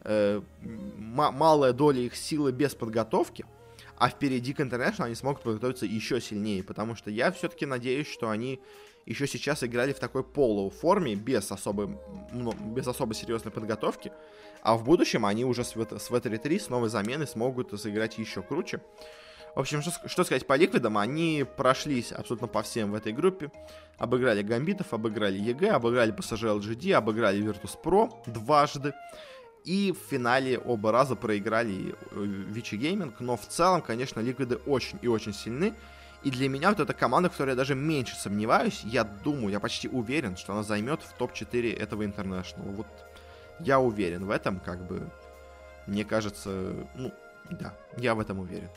малая доля их силы без подготовки, а впереди к Интернешналу они смогут подготовиться еще сильнее, потому что я все-таки надеюсь, что они еще сейчас играли в такой полуформе, без особо серьезной подготовки, а в будущем они уже с VT3 с новой заменой смогут сыграть еще круче. В общем, что сказать по Ликвидам, они прошлись абсолютно по всем в этой группе, обыграли Гамбитов, обыграли ЕГЭ, обыграли PSG LGD, обыграли Virtus.pro дважды, и в финале оба раза проиграли Вичи Гейминг, но в целом, конечно, Ликвиды очень и очень сильны. И для меня вот эта команда, в которой я даже меньше сомневаюсь, я думаю, я почти уверен, что она займет в топ-4 этого Интернешнала. Вот я уверен в этом, как бы, мне кажется, да, я в этом уверен.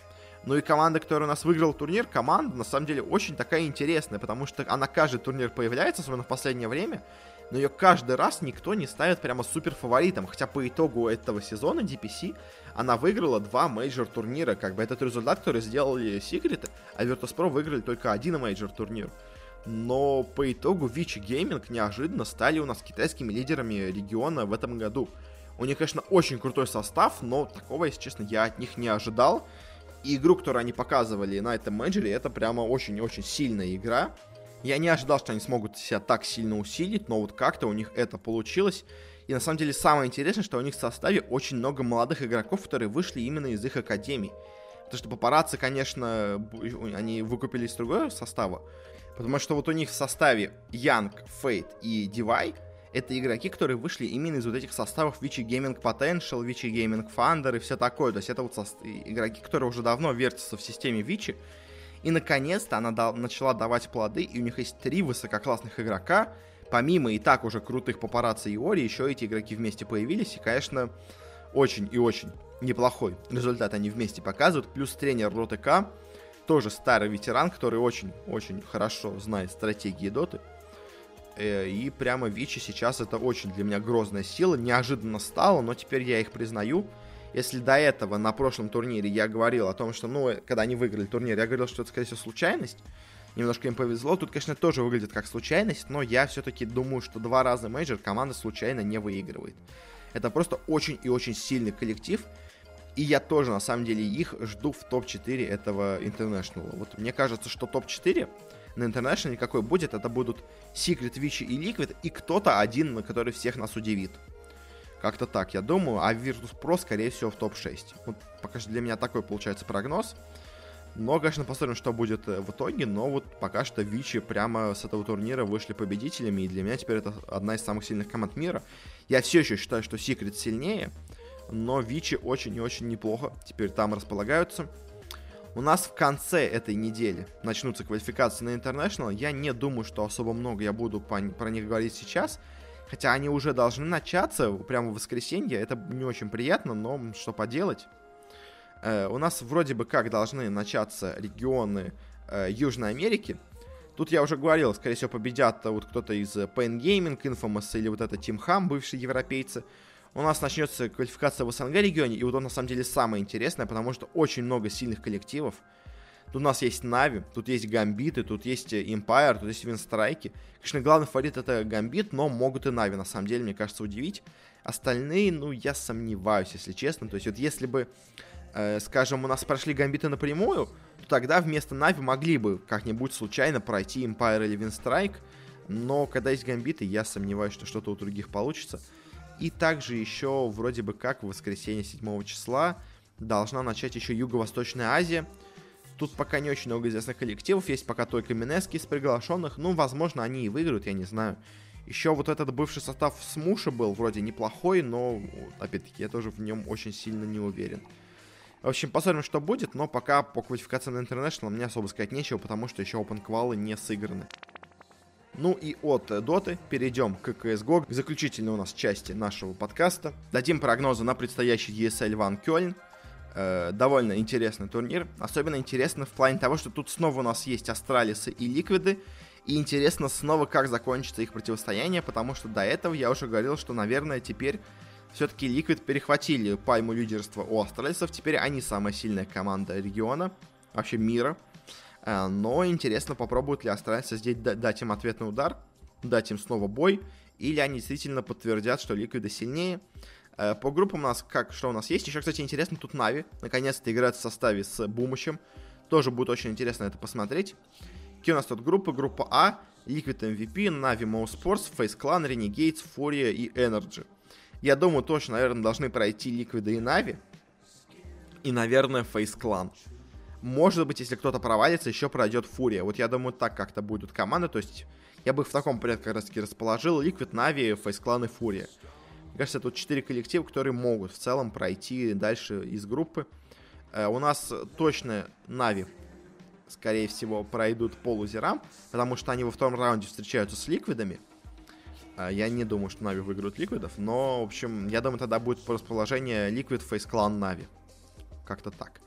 Ну и команда, которая у нас выиграла турнир, команда, на самом деле, очень такая интересная, потому что она каждый турнир появляется, особенно в последнее время, но ее каждый раз никто не ставит прямо супер фаворитом, хотя по итогу этого сезона DPC она выиграла 2 мейджор турнира, как бы это тот результат, который сделали Секреты, а Virtus.pro выиграли только 1 мейджор турнир. Но по итогу Vici Gaming неожиданно стали у нас китайскими лидерами региона в этом году. У них, конечно, очень крутой состав, но такого, если честно, я от них не ожидал. И игру, которую они показывали на этом мейджоре, это прямо очень-очень сильная игра. Я не ожидал, что они смогут себя так сильно усилить, но вот как-то у них это получилось. И на самом деле самое интересное, что у них в составе очень много молодых игроков, которые вышли именно из их академий. Потому что папарацци, конечно, они выкупили из другого состава. Потому что вот у них в составе Young, Fate и Divide это игроки, которые вышли именно из вот этих составов Vici Gaming Potential, Vici Gaming Thunder и все такое. То есть это вот игроки, которые уже давно вертятся в системе Vici. И наконец-то она начала давать плоды, и у них есть 3 высококлассных игрока. Помимо и так уже крутых папарацци и Ори, еще эти игроки вместе появились. И, конечно, очень и очень неплохой результат они вместе показывают. Плюс тренер РОТК, тоже старый ветеран, который очень-очень хорошо знает стратегии доты. И прямо Vici сейчас это очень для меня грозная сила. Неожиданно стало, но теперь я их признаю. Если до этого на прошлом турнире я говорил о том, что, когда они выиграли турнир, я говорил, что это, скорее всего, случайность. Немножко им повезло. Тут, конечно, тоже выглядит как случайность, но я все-таки думаю, что 2 раза мейджор команда случайно не выигрывает. Это просто очень и очень сильный коллектив. И я тоже, на самом деле, их жду в топ-4 этого International. Вот мне кажется, что топ-4 на International какой будет, это будут Secret, Vici и Liquid, и кто-то один, на который всех нас удивит. Как-то так, я думаю, а Virtus.pro, скорее всего, в топ-6. Вот пока что для меня такой получается прогноз. Но, конечно, посмотрим, что будет в итоге, но вот пока что Vici прямо с этого турнира вышли победителями, и для меня теперь это одна из самых сильных команд мира. Я все еще считаю, что Secret сильнее, но Vici очень и очень неплохо теперь там располагаются. У нас в конце этой недели начнутся квалификации на International. Я не думаю, что особо много я буду про них говорить сейчас. Хотя они уже должны начаться прямо в воскресенье. Это не очень приятно, но что поделать. У нас вроде бы как должны начаться регионы Южной Америки. Тут я уже говорил, скорее всего, победят вот кто-то из Pain Gaming, Infamous или вот это Team Ham, бывшие европейцы. У нас начнется квалификация в СНГ регионе, и вот он на самом деле самое интересное, потому что очень много сильных коллективов. Тут у нас есть Na'Vi, тут есть Гамбиты, тут есть Empire, тут есть Винстрайки. Конечно, главный фаворит это Гамбит, но могут и Na'Vi, на самом деле, мне кажется, удивить. Остальные, я сомневаюсь, если честно. То есть вот если бы, скажем, у нас прошли Гамбиты напрямую, то тогда вместо Na'Vi могли бы как-нибудь случайно пройти Empire или Винстрайк. Но когда есть Гамбиты, я сомневаюсь, что что-то у других получится. И также еще вроде бы как в воскресенье 7 числа должна начать еще Юго-Восточная Азия. Тут пока не очень много известных коллективов, есть пока только Минески из приглашенных. Возможно, они и выиграют, я не знаю. Еще вот этот бывший состав Смуша был вроде неплохой, но, опять-таки, я тоже в нем очень сильно не уверен. В общем, посмотрим, что будет, но пока по квалификациям на International мне особо сказать нечего, потому что еще Open-квалы не сыграны. И от Доты перейдем к CSGO, к заключительной у нас части нашего подкаста. Дадим прогнозы на предстоящий ESL One Кёльн. Довольно интересный турнир. Особенно интересно в плане того, что тут снова у нас есть Астралисы и Ликвиды. И интересно снова, как закончится их противостояние, потому что до этого я уже говорил, что, наверное, теперь все-таки Liquid перехватили пальму лидерства у Астралисов. Теперь они самая сильная команда региона, вообще мира. Но интересно, попробуют ли Астралисы здесь дать им ответный удар, дать им снова бой, или они действительно подтвердят, что Ликвиды сильнее. По группам у нас, что у нас есть. Еще, кстати, интересно, тут Na'Vi наконец-то играет в составе с Бумычем. Тоже будет очень интересно это посмотреть. Какие у нас тут группы? Группа А, Liquid MVP, Na'Vi Mo Sports, FaZe Clan, Renegades, Furia и Energy. Я думаю, точно, наверное, должны пройти Liquid и Na'Vi. И, наверное, FaZe Clan. Может быть, если кто-то провалится, еще пройдет Фурия. Вот я думаю, так как-то будут команды. То есть я бы их в таком порядке как раз таки расположил. Liquid, Na'Vi, FaZe Clan и Фурия. Мне кажется, тут 4 коллектива, которые могут в целом пройти дальше из группы. У нас точно Na'Vi, скорее всего, пройдут по лузерам, потому что они во втором раунде встречаются с Ликвидами. Я не думаю, что Na'Vi выиграют Ликвидов, но, в общем, я думаю, тогда будет по расположению Liquid, FaZe Clan, Na'Vi. Как-то так.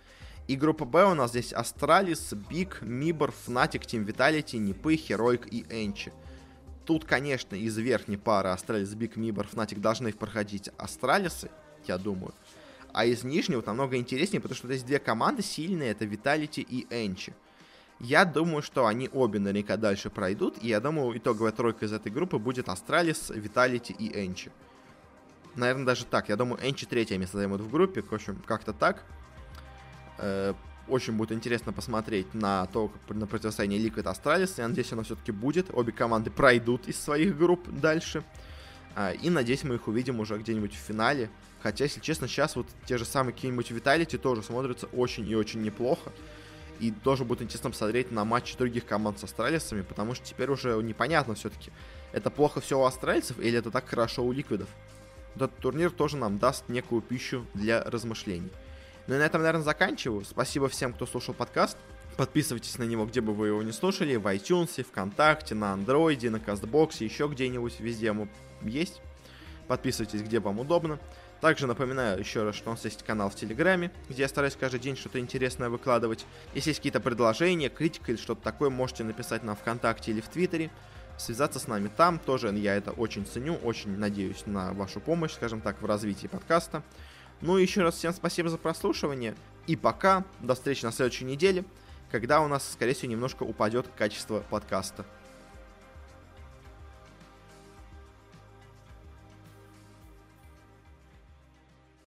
И группа Б у нас здесь Astralis, Big, Mibor, Fnatic, Team Vitality, Нипы, Heroic и Enchi. Тут, конечно, из верхней пары Astralis, Big, Mibor, Fnatic должны проходить Астралисы, я думаю. А из нижнего намного интереснее, потому что здесь две команды сильные, это Vitality и Enchi. Я думаю, что они обе наверняка дальше пройдут, и я думаю, итоговая тройка из этой группы будет Astralis, Vitality и Enchi. Наверное, даже так. Я думаю, Enchi третье место займут в группе, в общем, как-то так. Очень будет интересно посмотреть на то, на противостояние Liquid Astralis. Я надеюсь, оно все-таки будет. Обе команды пройдут из своих групп дальше. И надеюсь, мы их увидим уже где-нибудь в финале. Хотя, если честно, сейчас вот те же самые какие-нибудь Vitality тоже смотрятся очень и очень неплохо. И тоже будет интересно посмотреть на матчи других команд с Астралисами, потому что теперь уже непонятно все-таки, это плохо все у астральцев или это так хорошо у ликвидов. Этот турнир тоже нам даст некую пищу для размышлений. Ну и на этом, наверное, заканчиваю. Спасибо всем, кто слушал подкаст. Подписывайтесь на него, где бы вы его не слушали. В iTunes, ВКонтакте, на Андроиде, на Кастбоксе, еще где-нибудь, везде мы есть. Подписывайтесь, где вам удобно. Также напоминаю еще раз, что у нас есть канал в Телеграме, где я стараюсь каждый день что-то интересное выкладывать. Если есть какие-то предложения, критика или что-то такое, можете написать нам ВКонтакте или в Твиттере. Связаться с нами там. Тоже я это очень ценю, очень надеюсь на вашу помощь, скажем так, в развитии подкаста. Ну и еще раз всем спасибо за прослушивание. И пока. До встречи на следующей неделе, когда у нас, скорее всего, немножко упадет качество подкаста.